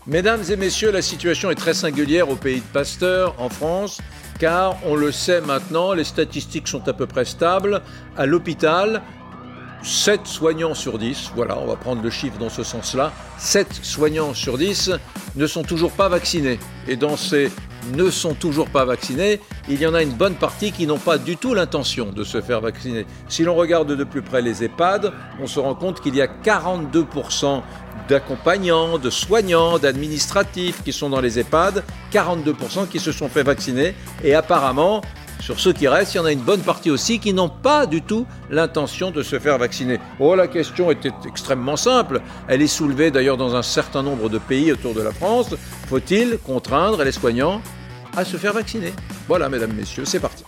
Mesdames et messieurs, la situation est très singulière au pays de Pasteur, en France, car on le sait maintenant, les statistiques sont à peu près stables. À l'hôpital, 7 soignants sur 10, voilà, on va prendre le chiffre dans ce sens-là, 7 soignants sur 10 ne sont toujours pas vaccinés. Et dans ces ne sont toujours pas vaccinés, il y en a une bonne partie qui n'ont pas du tout l'intention de se faire vacciner. Si l'on regarde de plus près les EHPAD, on se rend compte qu'il y a 42% d'accompagnants, de soignants, d'administratifs qui sont dans les EHPAD, 42% qui se sont fait vacciner, et apparemment, sur ceux qui restent, il y en a une bonne partie aussi qui n'ont pas du tout l'intention de se faire vacciner. Oh, la question était extrêmement simple. Elle est soulevée d'ailleurs dans un certain nombre de pays autour de la France. Faut-il contraindre les soignants à se faire vacciner? Voilà, mesdames, messieurs, c'est parti.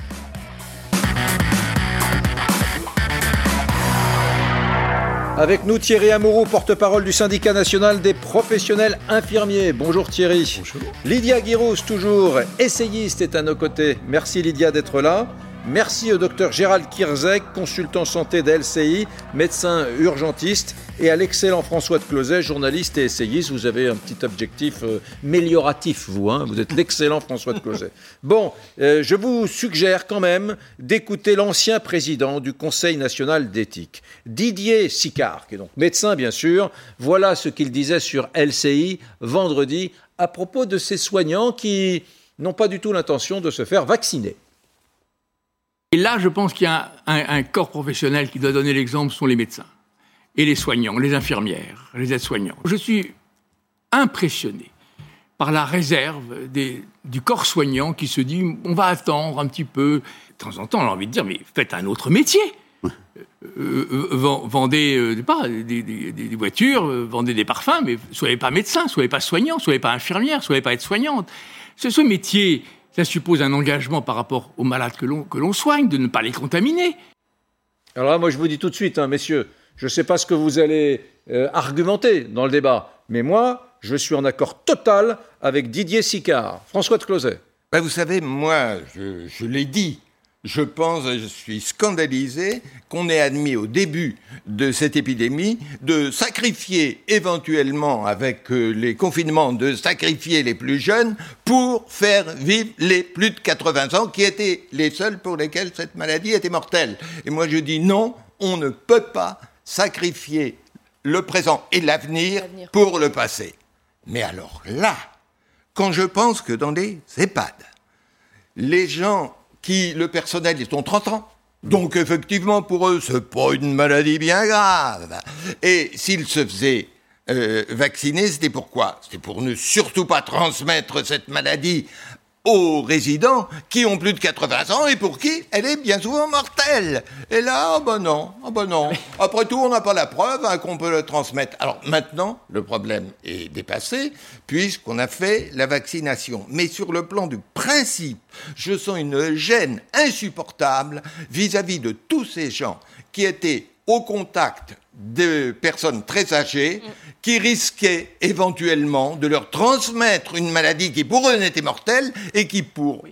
Avec nous, Thierry Amouroux, porte-parole du syndicat national des professionnels infirmiers. Bonjour Thierry. Bonjour. Lydia Guirous, toujours essayiste, est à nos côtés. Merci Lydia d'être là. Merci au docteur Gérald Kierzek, consultant santé de LCI, médecin urgentiste, et à l'excellent François de Closet, journaliste et essayiste. Vous avez un petit objectif mélioratif, vous. Vous êtes l'excellent François de Closet. Bon, je vous suggère quand même d'écouter l'ancien président du Conseil national d'éthique, Didier Sicard, qui est donc médecin bien sûr. Voilà ce qu'il disait sur LCI vendredi à propos de ces soignants qui n'ont pas du tout l'intention de se faire vacciner. Et là, je pense qu'il y a un corps professionnel qui doit donner l'exemple, ce sont les médecins et les soignants, les infirmières, les aides-soignants. Je suis impressionné par la réserve du corps soignant qui se dit « on va attendre un petit peu ». De temps en temps, on a envie de dire « mais faites un autre métier ». Vendez des voitures, vendez des parfums, mais soyez pas médecin, soyez pas soignant, soyez pas infirmière, soyez pas aide-soignante. Ce métier... ça suppose un engagement par rapport aux malades que l'on soigne, de ne pas les contaminer. Alors là, moi, je vous dis tout de suite, messieurs, je ne sais pas ce que vous allez argumenter dans le débat, mais moi, je suis en accord total avec Didier Sicard. François de Closet. Vous savez, moi, je l'ai dit, je pense, je suis scandalisé qu'on ait admis au début de cette épidémie de sacrifier éventuellement avec les confinements, de sacrifier les plus jeunes pour faire vivre les plus de 80 ans qui étaient les seuls pour lesquels cette maladie était mortelle. Et moi je dis non, on ne peut pas sacrifier le présent et l'avenir pour le passé. Mais alors là, quand je pense que dans les EHPAD, les gens le personnel, ils ont 30 ans. Donc, effectivement, pour eux, c'est pas une maladie bien grave. Et s'ils se faisaient vacciner, c'était pourquoi ? C'était pour ne surtout pas transmettre cette maladie aux résidents qui ont plus de 80 ans et pour qui elle est bien souvent mortelle. Et là, non. Après tout, on n'a pas la preuve qu'on peut le transmettre. Alors maintenant, le problème est dépassé puisqu'on a fait la vaccination. Mais sur le plan du principe, je sens une gêne insupportable vis-à-vis de tous ces gens qui étaient au contact de personnes très âgées qui risquaient éventuellement de leur transmettre une maladie qui pour eux n'était mortelle et qui pour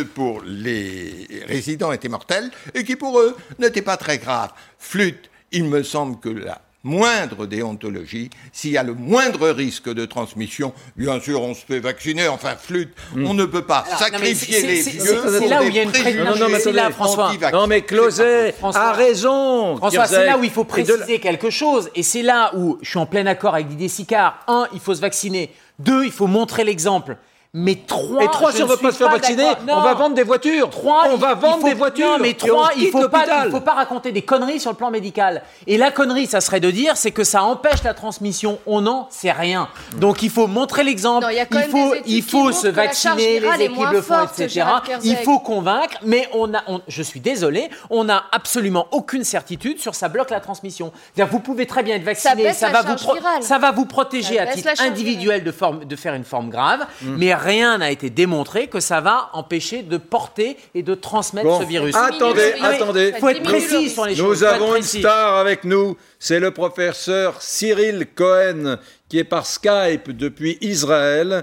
les résidents était mortelle et qui pour eux n'était pas très grave. Flûte, il me semble que la moindre déontologie, s'il y a le moindre risque de transmission, bien sûr on se fait vacciner, flûte, on ne peut pas sacrifier les vieux. C'est là où il y a une François. Non mais Closet a raison. François, c'est là où il faut préciser quelque chose, et c'est là où je suis en plein accord avec Didier Sicard. 1, il faut se vacciner. 2, il faut montrer l'exemple. Mais 3, et 3, si on ne veut pas se faire vacciner, on va vendre des voitures. 3, on va vendre des voitures. Non, mais 3, il faut pas raconter des conneries sur le plan médical. Et la connerie, ça serait de dire, c'est que ça empêche la transmission. On n'en sait rien. Donc il faut montrer l'exemple. Non, il faut se vacciner, les équipes le font, etc. Il faut convaincre, mais je suis désolé, on n'a absolument aucune certitude sur ça bloque la transmission. C'est-à-dire, vous pouvez très bien être vacciné, ça va vous protéger à titre individuel de faire une forme grave, mais rien n'a été démontré que ça va empêcher de porter et de transmettre ce virus. Attendez. Il faut être précis sur les choses. Nous avons une star avec nous. C'est le professeur Cyril Cohen qui est par Skype depuis Israël.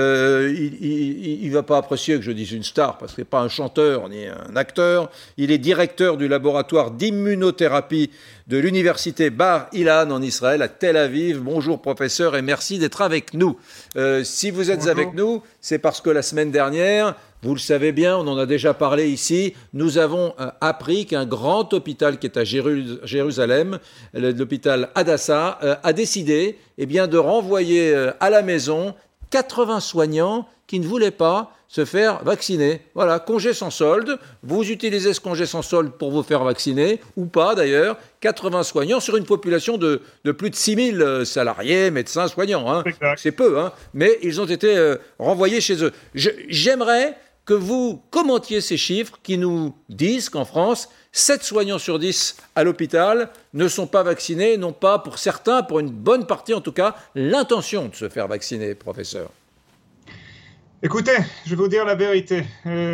Il va pas apprécier que je dise une star, parce qu'il n'est pas un chanteur ni un acteur. Il est directeur du laboratoire d'immunothérapie de l'université Bar Ilan en Israël, à Tel Aviv. Bonjour professeur et merci d'être avec nous. Si vous êtes avec nous, c'est parce que la semaine dernière, vous le savez bien, on en a déjà parlé ici, nous avons appris qu'un grand hôpital qui est à Jérusalem, l'hôpital Hadassah, a décidé de renvoyer à la maison 80 soignants qui ne voulaient pas se faire vacciner. Voilà, congé sans solde. Vous utilisez ce congé sans solde pour vous faire vacciner, ou pas d'ailleurs. 80 soignants sur une population de plus de 6000 salariés, médecins, soignants. Hein. C'est peu, hein. Mais ils ont été renvoyés chez eux. J'aimerais que vous commentiez ces chiffres qui nous disent qu'en France, 7 soignants sur 10 à l'hôpital ne sont pas vaccinés, n'ont pas, pour certains, pour une bonne partie en tout cas, l'intention de se faire vacciner, professeur. Écoutez, je vais vous dire la vérité.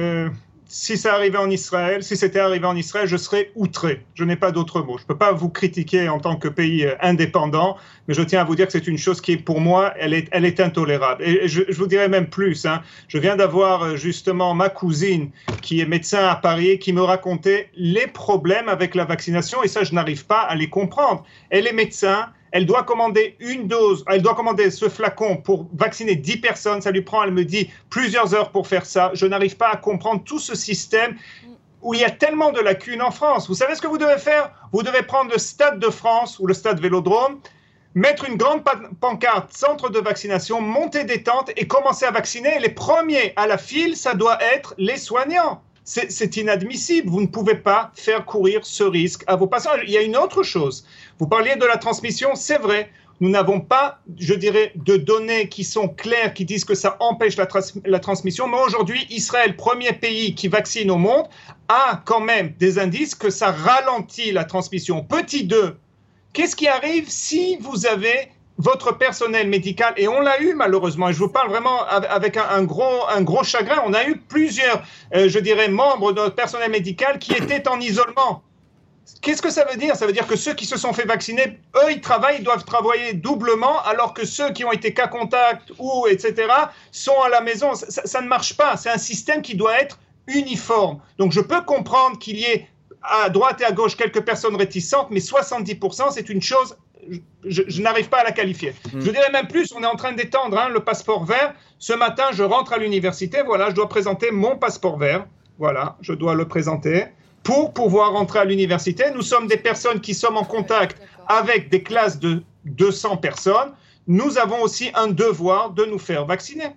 Si ça arrivait en Israël, si c'était arrivé en Israël, je serais outré. Je n'ai pas d'autre mot. Je ne peux pas vous critiquer en tant que pays indépendant, mais je tiens à vous dire que c'est une chose qui, pour moi, elle est intolérable. Et je vous dirais même plus. Hein. Je viens d'avoir justement ma cousine qui est médecin à Paris qui me racontait les problèmes avec la vaccination et ça, je n'arrive pas à les comprendre. Elle est médecin. Elle doit commander une dose, elle doit commander ce flacon pour vacciner 10 personnes. Ça lui prend, elle me dit, plusieurs heures pour faire ça. Je n'arrive pas à comprendre tout ce système où il y a tellement de lacunes en France. Vous savez ce que vous devez faire? Vous devez prendre le Stade de France ou le Stade Vélodrome, mettre une grande pancarte centre de vaccination, monter des tentes et commencer à vacciner. Les premiers à la file, ça doit être les soignants. C'est inadmissible. Vous ne pouvez pas faire courir ce risque à vos patients. Il y a une autre chose. Vous parliez de la transmission, c'est vrai. Nous n'avons pas, je dirais, de données qui sont claires, qui disent que ça empêche la transmission. Mais aujourd'hui, Israël, premier pays qui vaccine au monde, a quand même des indices que ça ralentit la transmission. Petit 2, qu'est-ce qui arrive si vous avez votre personnel médical, et on l'a eu malheureusement, et je vous parle vraiment avec un gros chagrin, on a eu plusieurs, je dirais, membres de notre personnel médical qui étaient en isolement. Qu'est-ce que ça veut dire? Ça veut dire que ceux qui se sont fait vacciner, eux, ils doivent travailler doublement, alors que ceux qui ont été cas contact ou etc. sont à la maison. Ça ne marche pas. C'est un système qui doit être uniforme. Donc je peux comprendre qu'il y ait à droite et à gauche quelques personnes réticentes, mais 70%, c'est une chose... Je n'arrive pas à la qualifier. Je dirais même plus, on est en train d'étendre le passeport vert. Ce matin, je rentre à l'université, voilà, je dois présenter mon passeport vert. Voilà, je dois le présenter pour pouvoir rentrer à l'université. Nous sommes des personnes qui sommes en contact avec des classes de 200 personnes. Nous avons aussi un devoir de nous faire vacciner.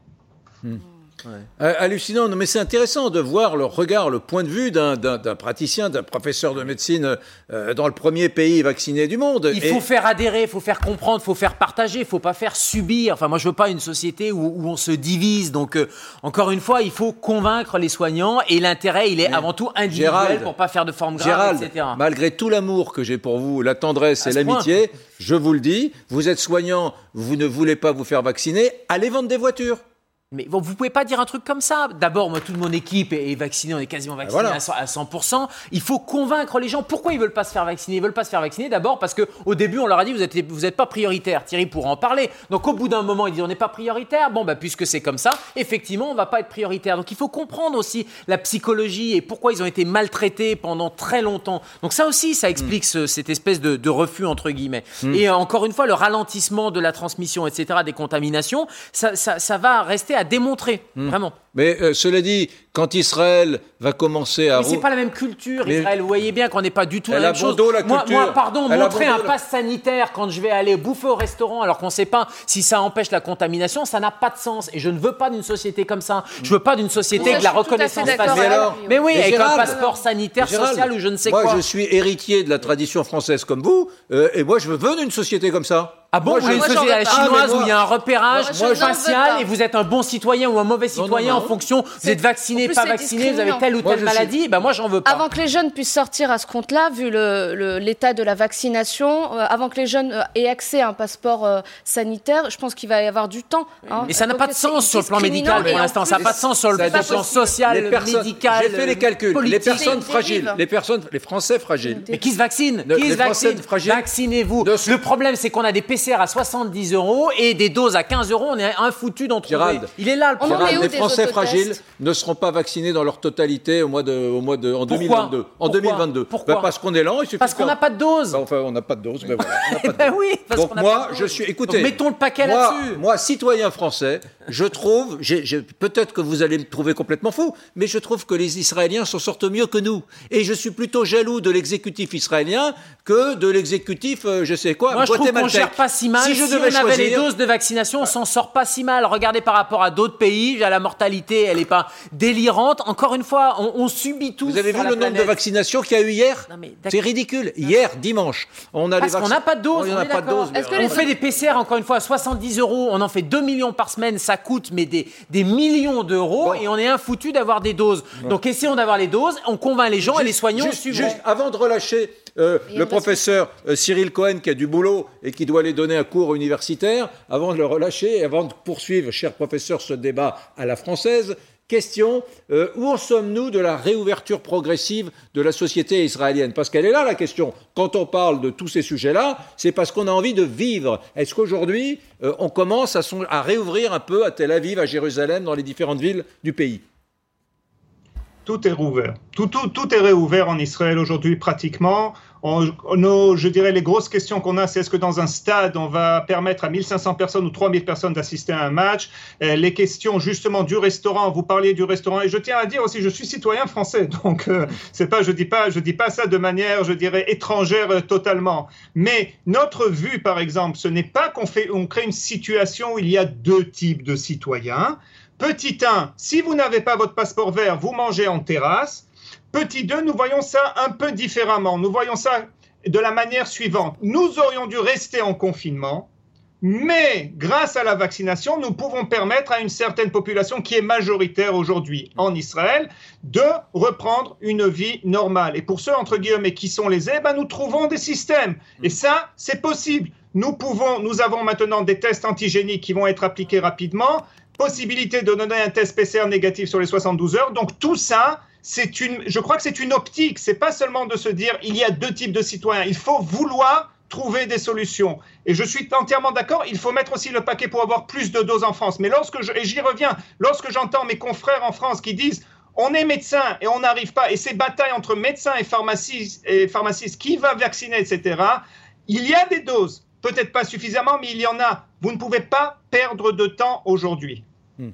Hallucinant, mais c'est intéressant de voir le regard, le point de vue d'un praticien, d'un professeur de médecine dans le premier pays vacciné du monde. Il faut faire adhérer, il faut faire comprendre, il faut faire partager, il ne faut pas faire subir. Enfin, moi, je ne veux pas une société où on se divise. Donc, encore une fois, il faut convaincre les soignants et l'intérêt, il est avant tout individuel pour ne pas faire de forme grave, etc. Malgré tout l'amour que j'ai pour vous, la tendresse et l'amitié, je vous le dis, vous êtes soignant, vous ne voulez pas vous faire vacciner, allez vendre des voitures. Mais vous ne pouvez pas dire un truc comme ça. D'abord, moi, toute mon équipe est vaccinée, on est quasiment vaccinés à 100%. Il faut convaincre les gens. Pourquoi ils ne veulent pas se faire vacciner? Ils ne veulent pas se faire vacciner d'abord parce qu'au début, on leur a dit vous n'êtes pas prioritaire. Thierry pourra en parler. Donc, au bout d'un moment, ils disent on n'est pas prioritaire. Bon, puisque c'est comme ça, effectivement, on ne va pas être prioritaire. Donc, il faut comprendre aussi la psychologie et pourquoi ils ont été maltraités pendant très longtemps. Donc, ça aussi, ça explique cette espèce de refus, entre guillemets. Et encore une fois, le ralentissement de la transmission, etc., des contaminations, ça va rester à démontrer, vraiment. Mais cela dit, quand Israël va commencer à... Mais c'est pas la même culture, Israël. Vous voyez bien qu'on n'est pas du tout la même chose. Moi, montrer un pass sanitaire quand je vais aller bouffer au restaurant alors qu'on ne sait pas si ça empêche la contamination, ça n'a pas de sens. Et je ne veux pas d'une société comme ça. Je veux pas d'une société avec la reconnaissance faciale. Mais oui, avec un passeport sanitaire, social ou je ne sais quoi. Moi, je suis héritier de la tradition française comme vous, et moi, je veux d'une société comme ça. Ah bon, vous les faisiez à la chinoise où il y a un repérage facial et vous êtes un bon citoyen ou un mauvais citoyen en fonction, vous êtes vacciné, pas vacciné, vous avez telle ou telle maladie, moi j'en veux pas. Avant que les jeunes puissent sortir à ce compte-là, vu l'état de la vaccination, avant que les jeunes aient accès à un passeport sanitaire, je pense qu'il va y avoir du temps. Mais ça n'a pas de sens sur le plan médical pour l'instant, ça n'a pas de sens sur le plan social, médical, j'ai fait les calculs, politique. les personnes fragiles, les Français fragiles. Mais qui se vaccinent? Vaccinez-vous. Le problème, c'est qu'on a des PCR à 70 € et des doses à 15 €, on est un foutu d'en trouver. Il est là le problème. Les Français fragiles ne seront pas vaccinés dans leur totalité en 2022. En 2022. Pourquoi? Parce qu'on est lent. Parce qu'on n'a pas de dose. On n'a pas de dose. Mais voilà, oui. Donc moi, je suis. Écoutez, donc mettons le paquet là-dessus. Moi, citoyen français, je trouve. Peut-être que vous allez me trouver complètement fou, mais je trouve que les Israéliens s'en sortent mieux que nous. Et je suis plutôt jaloux de l'exécutif israélien que de l'exécutif, je sais quoi. Moi, je trouve qu'on gère pas si mal. Si on avait les doses de vaccination, on s'en sort pas si mal. Regardez par rapport à d'autres pays, la mortalité, elle est pas délirante. Encore une fois, on subit tout. Vous avez vu le nombre de vaccinations qu'il y a eu hier? C'est ridicule. Hier, dimanche, on a parce qu'on n'a pas de dose. On n'a pas de dose. On fait des PCR, encore une fois, à 70 €. On en fait 2 millions par semaine. Ça coûte mais des millions d'euros et on est infoutu d'avoir des doses. Donc essayons d'avoir les doses. On convainc les gens et les soignants suivent. Juste avant de relâcher le professeur Cyril Cohen qui a du boulot et qui doit aller donner un cours universitaire, avant de le relâcher et avant de poursuivre, cher professeur, ce débat à la française, question, où en sommes-nous de la réouverture progressive de la société israélienne? Parce qu'elle est là la question. Quand on parle de tous ces sujets-là, c'est parce qu'on a envie de vivre. Est-ce qu'aujourd'hui, on commence à réouvrir un peu à Tel Aviv, à Jérusalem, dans les différentes villes du pays? Tout est rouvert. Tout est réouvert en Israël aujourd'hui pratiquement. Je dirais les grosses questions qu'on a, c'est est-ce que dans un stade, on va permettre à 1500 personnes ou 3000 personnes d'assister à un match? Les questions justement du restaurant, vous parliez du restaurant. Et je tiens à dire aussi, je suis citoyen français, donc c'est pas, je dis pas ça de manière, je dirais, étrangère totalement. Mais notre vue, par exemple, ce n'est pas on crée une situation où il y a deux types de citoyens. Petit 1, si vous n'avez pas votre passeport vert, vous mangez en terrasse. Petit 2, nous voyons ça un peu différemment. Nous voyons ça de la manière suivante. Nous aurions dû rester en confinement, mais grâce à la vaccination, nous pouvons permettre à une certaine population qui est majoritaire aujourd'hui en Israël de reprendre une vie normale. Et pour ceux, entre guillemets, qui sont lésés, nous trouvons des systèmes. Et ça, c'est possible. Nous avons maintenant des tests antigéniques qui vont être appliqués rapidement. Possibilité de donner un test PCR négatif sur les 72 heures. Donc tout ça, je crois que c'est une optique. C'est pas seulement de se dire il y a deux types de citoyens. Il faut vouloir trouver des solutions. Et je suis entièrement d'accord. Il faut mettre aussi le paquet pour avoir plus de doses en France. Mais et j'y reviens, lorsque j'entends mes confrères en France qui disent on est médecin et on n'arrive pas, et ces batailles entre médecins et pharmacistes, qui va vacciner, etc. Il y a des doses. Peut-être pas suffisamment, mais il y en a. Vous ne pouvez pas perdre de temps aujourd'hui.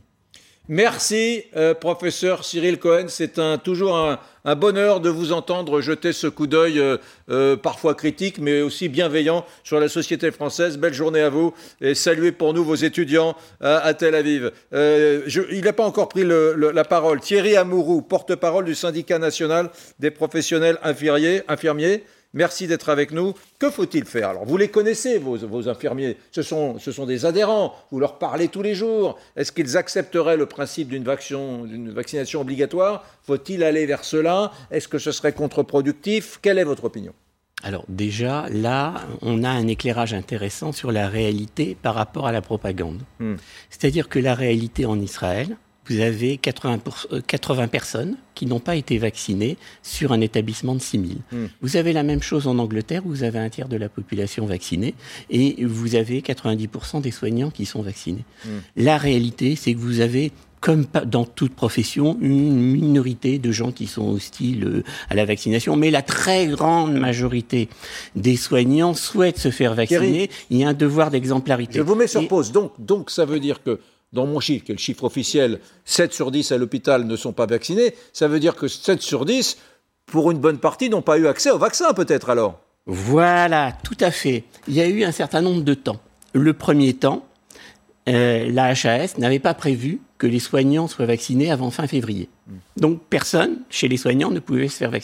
Merci, professeur Cyril Cohen. C'est toujours un bonheur de vous entendre jeter ce coup d'œil parfois critique, mais aussi bienveillant sur la société française. Belle journée à vous et saluez pour nous vos étudiants à Tel Aviv. Il n'a pas encore pris la parole. Thierry Amourou, porte-parole du syndicat national des professionnels infirmiers. Merci d'être avec nous. Que faut-il faire? Alors, vous les connaissez, vos infirmiers. Ce sont des adhérents. Vous leur parlez tous les jours. Est-ce qu'ils accepteraient le principe d'une vaccination obligatoire? Faut-il aller vers cela? Est-ce que ce serait contre-productif? Quelle est votre opinion? Alors déjà, là, on a un éclairage intéressant sur la réalité par rapport à la propagande. C'est-à-dire que la réalité en Israël, vous avez 80 personnes qui n'ont pas été vaccinées sur un établissement de 6 000. Vous avez la même chose en Angleterre, où vous avez un tiers de la population vaccinée et vous avez 90% des soignants qui sont vaccinés. La réalité, c'est que vous avez, comme dans toute profession, une minorité de gens qui sont hostiles à la vaccination, mais la très grande majorité des soignants souhaitent se faire vacciner. Thierry, il y a un devoir d'exemplarité. Je vous mets sur pause. Donc ça veut dire que dans mon chiffre, qui est le chiffre officiel, 7 sur 10 à l'hôpital ne sont pas vaccinés. Ça veut dire que 7 sur 10, pour une bonne partie, n'ont pas eu accès au vaccin, peut-être alors. Voilà, tout à fait. Il y a eu un certain nombre de temps. Le premier temps, la HAS n'avait pas prévu que les soignants soient vaccinés avant fin février. Donc personne, chez les soignants, ne pouvait se faire vacciner.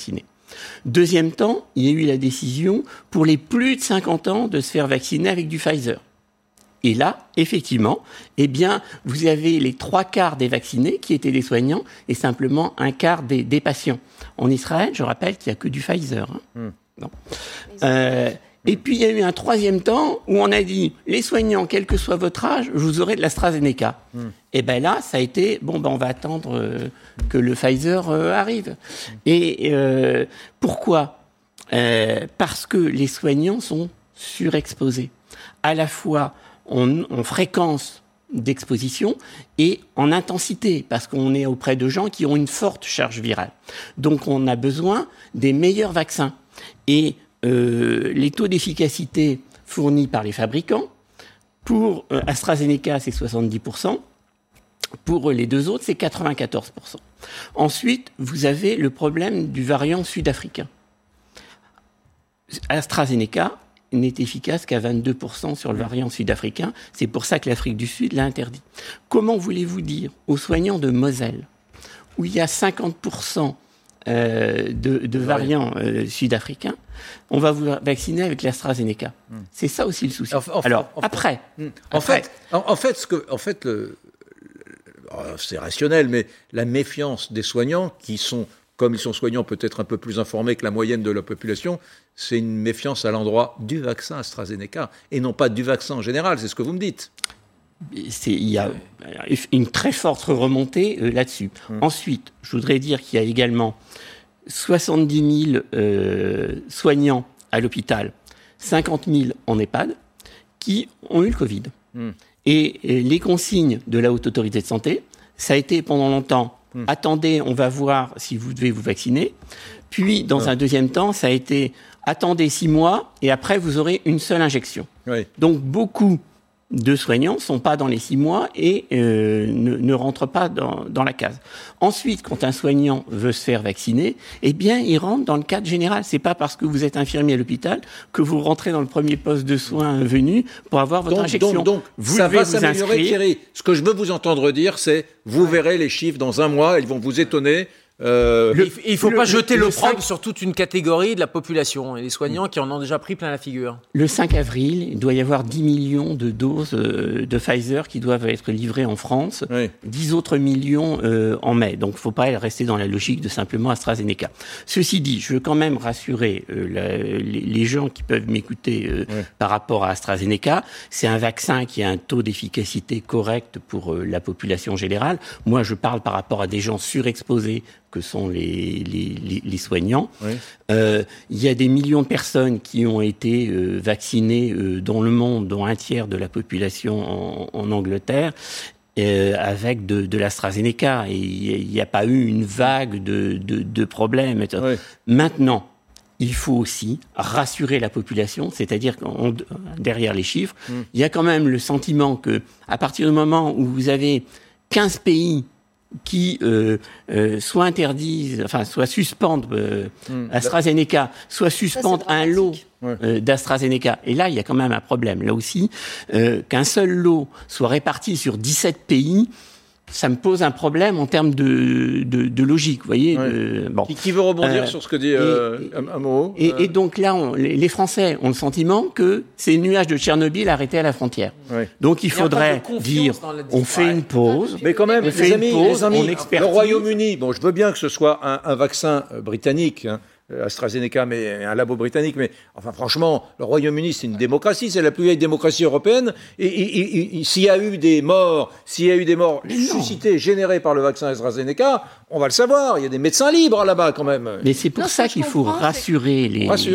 Deuxième temps, il y a eu la décision pour les plus de 50 ans de se faire vacciner avec du Pfizer. Et là, effectivement, eh bien, vous avez les 3/4 des vaccinés qui étaient des soignants et simplement 1/4 des patients. En Israël, je rappelle qu'il n'y a que du Pfizer. Non. Et puis, il y a eu un troisième temps où on a dit, les soignants, quel que soit votre âge, vous aurez de l'AstraZeneca. Et bien là, ça a été, on va attendre que le Pfizer arrive. Et pourquoi parce que les soignants sont surexposés. À la fois en fréquence d'exposition et en intensité, parce qu'on est auprès de gens qui ont une forte charge virale. Donc, on a besoin des meilleurs vaccins. Et les taux d'efficacité fournis par les fabricants, pour AstraZeneca, c'est 70%. Pour les deux autres, c'est 94%. Ensuite, vous avez le problème du variant sud-africain. AstraZeneca n'est efficace qu'à 22% sur le variant sud-africain. C'est pour ça que l'Afrique du Sud l'a interdit. Comment voulez-vous dire aux soignants de Moselle, où il y a 50% de variants sud-africains, on va vous vacciner avec l'AstraZeneca. C'est ça aussi le souci. C'est rationnel, mais la méfiance des soignants, qui sont, comme ils sont soignants, peut-être un peu plus informés que la moyenne de la population, c'est une méfiance à l'endroit du vaccin AstraZeneca, et non pas du vaccin en général, c'est ce que vous me dites. Il y a une très forte remontée là-dessus. Ensuite, je voudrais dire qu'il y a également 70 000 soignants à l'hôpital, 50 000 en EHPAD, qui ont eu le Covid. Et les consignes de la Haute Autorité de Santé, ça a été pendant longtemps, attendez, on va voir si vous devez vous vacciner. Puis, dans un deuxième temps, ça a été, attendez 6 mois et après, vous aurez une seule injection. Oui. Donc, beaucoup de soignants ne sont pas dans les 6 mois et ne rentrent pas dans la case. Ensuite, quand un soignant veut se faire vacciner, eh bien, il rentre dans le cadre général. C'est pas parce que vous êtes infirmier à l'hôpital que vous rentrez dans le premier poste de soins venu pour avoir votre injection. Donc ça va s'améliorer, Thierry. Ce que je veux vous entendre dire, c'est vous verrez les chiffres dans un mois, ils vont vous étonner. Il ne faut pas jeter l'opprobre sur toute une catégorie de la population et les soignants qui en ont déjà pris plein la figure. Le 5 avril, il doit y avoir 10 millions de doses de Pfizer qui doivent être livrées en France, 10 autres millions en mai. Donc il ne faut pas rester dans la logique de simplement AstraZeneca. Ceci dit, je veux quand même rassurer les gens qui peuvent m'écouter par rapport à AstraZeneca. C'est un vaccin qui a un taux d'efficacité correct pour la population générale. Moi, je parle par rapport à des gens surexposés que sont les soignants. Il y a des millions de personnes qui ont été vaccinées dans le monde, dont un tiers de la population en Angleterre, avec de l'AstraZeneca. Et il n'y a pas eu une vague de problèmes. Maintenant, il faut aussi rassurer la population, c'est-à-dire que derrière les chiffres, il y a quand même le sentiment que, à partir du moment où vous avez 15 pays qui soit interdisent, soit suspendent AstraZeneca, soit suspendent un lot d'AstraZeneca. Et là, il y a quand même un problème. Là aussi, qu'un seul lot soit réparti sur 17 pays, ça me pose un problème en termes de logique, vous voyez. Qui veut rebondir sur ce que dit Amauroux et donc là, les Français ont le sentiment que c'est le nuage de Tchernobyl arrêté à la frontière. Donc il faudrait dire, on fait une pause. Mais quand même, les amis, le Royaume-Uni, je veux bien que ce soit un vaccin britannique, AstraZeneca, mais un labo britannique, mais enfin franchement, le Royaume-Uni, c'est une démocratie, c'est la plus vieille démocratie européenne, et s'il y a eu des morts suscitées, générées par le vaccin AstraZeneca, on va le savoir, il y a des médecins libres là-bas quand même. Mais c'est pour ça qu'il faut rassurer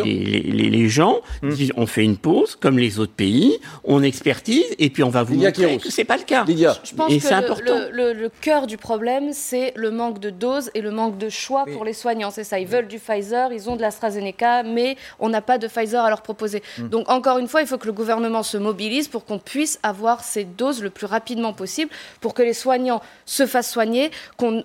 les gens, on fait une pause, comme les autres pays, on expertise, et puis on va vous montrer que c'est pas le cas. Je pense que le cœur du problème, c'est le manque de doses et le manque de choix pour les soignants, c'est ça, ils veulent du Pfizer, ils ont de l'AstraZeneca, mais on n'a pas de Pfizer à leur proposer. Donc, encore une fois, il faut que le gouvernement se mobilise pour qu'on puisse avoir ces doses le plus rapidement possible, pour que les soignants se fassent soigner, qu'on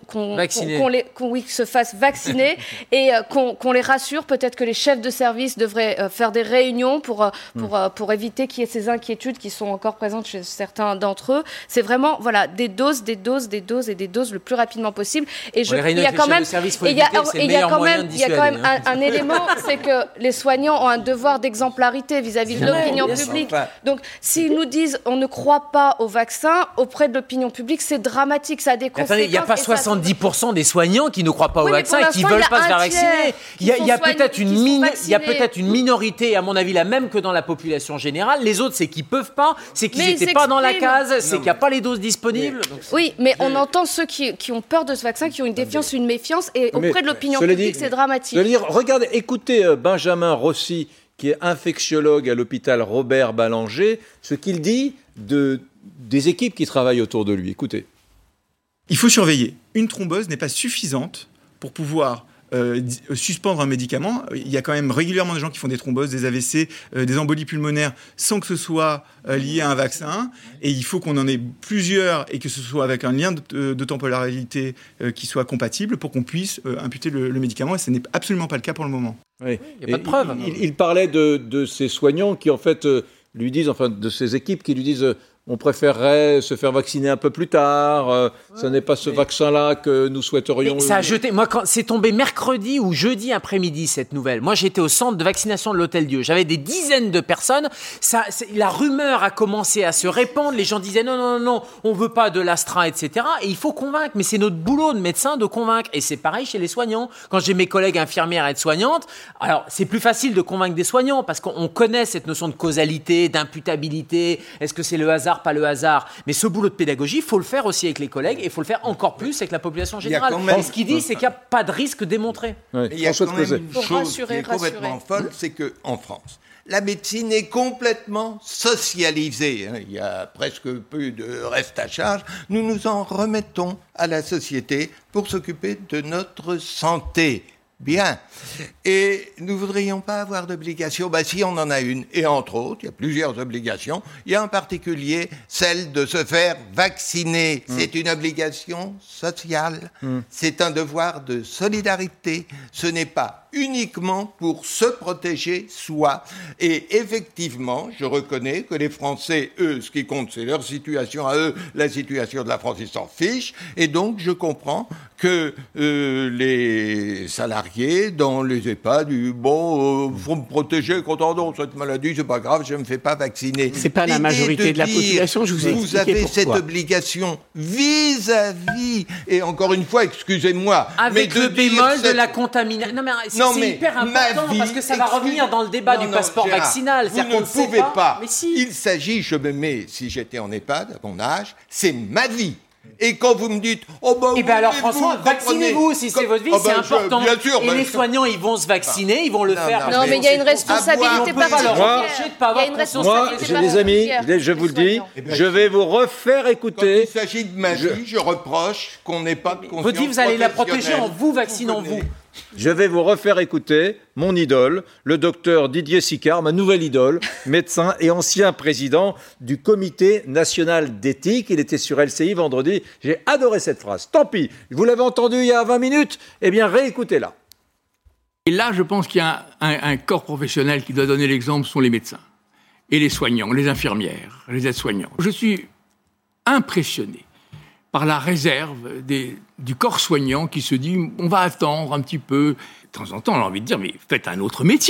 se fassent vacciner et qu'on les rassure. Peut-être que les chefs de service devraient faire des réunions pour éviter qu'il y ait ces inquiétudes qui sont encore présentes chez certains d'entre eux. C'est vraiment, des doses le plus rapidement possible. Et il y a quand même un élément, c'est que les soignants ont un devoir d'exemplarité vis-à-vis de l'opinion publique. Donc, s'ils nous disent on ne croit pas au vaccin, auprès de l'opinion publique, c'est dramatique, ça a des conséquences. Attendez, il n'y a pas 70% des soignants qui ne croient pas au vaccin et qui ne veulent pas se faire vacciner. Il y a peut-être une minorité, à mon avis, la même que dans la population générale. Les autres, c'est qu'ils ne peuvent pas, c'est qu'ils n'étaient pas dans la case, c'est qu'il n'y a pas les doses disponibles. Oui, mais on entend ceux qui ont peur de ce vaccin, qui ont une défiance, une méfiance, et auprès de l'opinion publique, c'est dramatique. Regardez, écoutez Benjamin Rossi, qui est infectiologue à l'hôpital Robert Ballanger, ce qu'il dit des équipes qui travaillent autour de lui. Écoutez. Il faut surveiller. Une thrombose n'est pas suffisante pour pouvoir suspendre un médicament. Il y a quand même régulièrement des gens qui font des thromboses, des AVC, des embolies pulmonaires sans que ce soit lié à un vaccin. Et il faut qu'on en ait plusieurs et que ce soit avec un lien de temporalité qui soit compatible pour qu'on puisse imputer le médicament. Et ce n'est absolument pas le cas pour le moment. Oui. Il n'y a pas de preuve. Il parlait de ces soignants qui, en fait, lui disent, enfin, de ces équipes qui lui disent... On préférerait se faire vacciner un peu plus tard. Ce n'est pas ce vaccin-là que nous souhaiterions. Ça a jeté. Moi, quand c'est tombé mercredi ou jeudi après-midi, cette nouvelle. Moi, j'étais au centre de vaccination de l'Hôtel-Dieu. J'avais des dizaines de personnes. La rumeur a commencé à se répandre. Les gens disaient non, on veut pas de l'Astra, etc. Et il faut convaincre. Mais c'est notre boulot de médecin de convaincre. Et c'est pareil chez les soignants. Quand j'ai mes collègues infirmières et aides-soignantes, alors c'est plus facile de convaincre des soignants parce qu'on connaît cette notion de causalité, d'imputabilité. Est-ce que c'est le hasard? Pas le hasard, mais ce boulot de pédagogie, il faut le faire aussi avec les collègues et il faut le faire encore plus avec la population générale. Ce qu'il dit, c'est qu'il n'y a pas de risque démontré. Il y a quand même une chose qui est complètement folle, c'est qu'en France, la médecine est complètement socialisée. Il y a presque peu de reste à charge. Nous nous en remettons à la société pour s'occuper de notre santé. Bien. Et nous ne voudrions pas avoir d'obligation. Si on en a une, et entre autres, il y a plusieurs obligations. Il y a en particulier celle de se faire vacciner. C'est une obligation sociale. C'est un devoir de solidarité. Ce n'est pas uniquement pour se protéger soi. Et effectivement, je reconnais que les Français, eux, ce qui compte, c'est leur situation à eux. La situation de la France, ils s'en fichent. Et donc, je comprends que les salariés dans les EHPAD disent faut me protéger contre cette maladie, c'est pas grave, je ne me fais pas vacciner. C'est pas la majorité de la population, je vous ai expliqué vous avez pourquoi. cette obligation vis-à-vis, et encore une fois, excusez-moi, avec le bémol de la contamination. C'est hyper important parce que ça va revenir dans le débat du passeport vaccinal. Vous ne pouvez pas. Mais si. Il s'agit, je me mets, si j'étais en EHPAD, à mon âge, c'est ma vie. Et quand vous me dites, alors François, vaccinez-vous si c'est votre vie, c'est important. Bien sûr, et les soignants, ils vont se vacciner, ils vont le faire. Non, mais il y a une responsabilité particulière. Moi, les amis, je vous le dis, je vais vous refaire écouter. Quand il s'agit de ma vie, je reproche qu'on n'ait pas de conscience Vous dites, vous allez la protéger en vous vaccinant vous. Je vais vous refaire écouter mon idole, le docteur Didier Sicard, ma nouvelle idole, médecin et ancien président du Comité national d'éthique. Il était sur LCI vendredi. J'ai adoré cette phrase. Tant pis, vous l'avez entendu il y a 20 minutes. Eh bien, réécoutez-la. Et là, je pense qu'il y a un corps professionnel qui doit donner l'exemple, ce sont les médecins et les soignants, les infirmières, les aides-soignants. Je suis impressionné par la réserve du corps soignant qui se dit on va attendre un petit peu. De temps en temps, on a envie de dire mais faites un autre métier.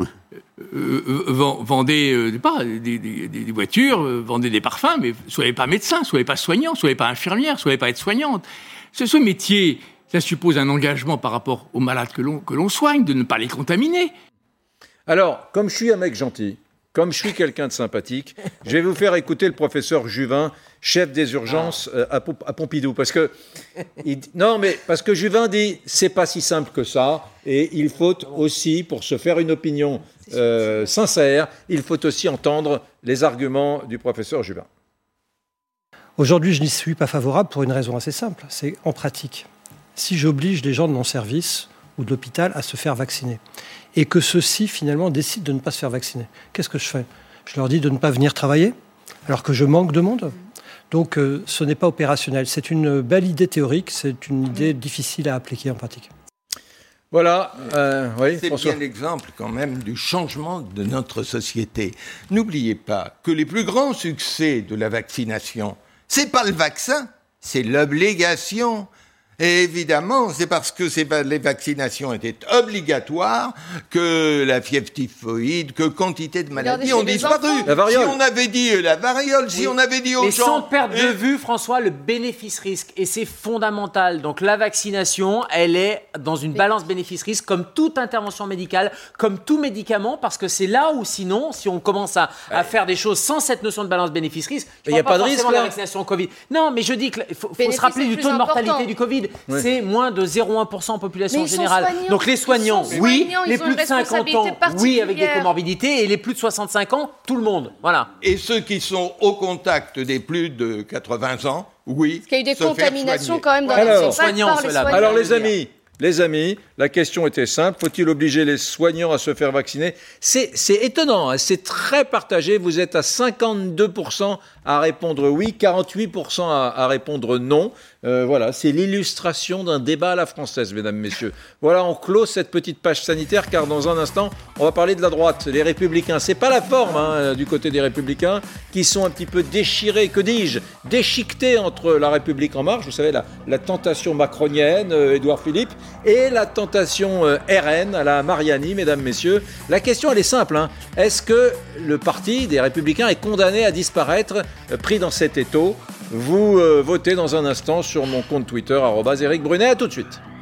Vendez des voitures, vendez des parfums, mais soyez pas médecin, soyez pas soignant, soyez pas infirmière, soyez pas aide-soignante. Ce métier, ça suppose un engagement par rapport aux malades que l'on soigne, de ne pas les contaminer. Alors, comme je suis un mec gentil, comme je suis quelqu'un de sympathique, je vais vous faire écouter le professeur Juvin, chef des urgences à Pompidou. Parce que Juvin dit, c'est pas si simple que ça, et il faut aussi, pour se faire une opinion sincère, il faut aussi entendre les arguments du professeur Juvin. Aujourd'hui, je n'y suis pas favorable pour une raison assez simple, c'est en pratique. Si j'oblige les gens de mon service ou de l'hôpital à se faire vacciner, et que ceux-ci, finalement, décident de ne pas se faire vacciner, qu'est-ce que je fais? Je leur dis de ne pas venir travailler, alors que je manque de monde. Donc, ce n'est pas opérationnel. C'est une belle idée théorique, c'est une idée difficile à appliquer en pratique. Voilà, oui, c'est François. bien l'exemple quand même du changement de notre société. N'oubliez pas que les plus grands succès de la vaccination, c'est pas le vaccin, c'est l'obligation. Et évidemment, c'est parce que les vaccinations étaient obligatoires que la fièvre typhoïde, que quantité de maladies ont disparu. La variole. Si on avait dit la variole, si on avait dit aux gens... Et sans perdre de vue, François, le bénéfice-risque. Et c'est fondamental. Donc la vaccination, elle est dans une balance bénéfice-risque, comme toute intervention médicale, comme tout médicament, parce que c'est là où sinon, si on commence à faire des choses sans cette notion de balance bénéfice-risque, il n'y a pas de risque, la vaccination Covid. Non, mais je dis qu'il faut se rappeler du taux de mortalité du Covid. Ouais. C'est moins de 0,1% en population générale. Donc les soignants, oui. Les plus de 50 ans, oui, avec des comorbidités. Et les plus de 65 ans, tout le monde. Voilà. Et ceux qui sont au contact des plus de 80 ans, oui. Parce qu'il y a eu des contaminations quand même dans les soignants. Alors les amis, la question était simple. Faut-il obliger les soignants à se faire vacciner ? C'est étonnant, hein, c'est très partagé. Vous êtes à 52% à répondre oui, 48% à répondre non. Voilà, c'est l'illustration d'un débat à la française, mesdames, messieurs. Voilà, on close cette petite page sanitaire, car dans un instant, on va parler de la droite, les Républicains. C'est pas la forme du côté des Républicains, qui sont un petit peu déchirés, que dis-je, déchiquetés entre la République en marche, vous savez, la tentation macronienne, Édouard Philippe, et la tentation RN à la Mariani, mesdames, messieurs. La question, elle est simple. Hein. Est-ce que le parti des Républicains est condamné à disparaître, pris dans cet étau ? Vous votez dans un instant sur mon compte Twitter, @Éric Brunet. À tout de suite.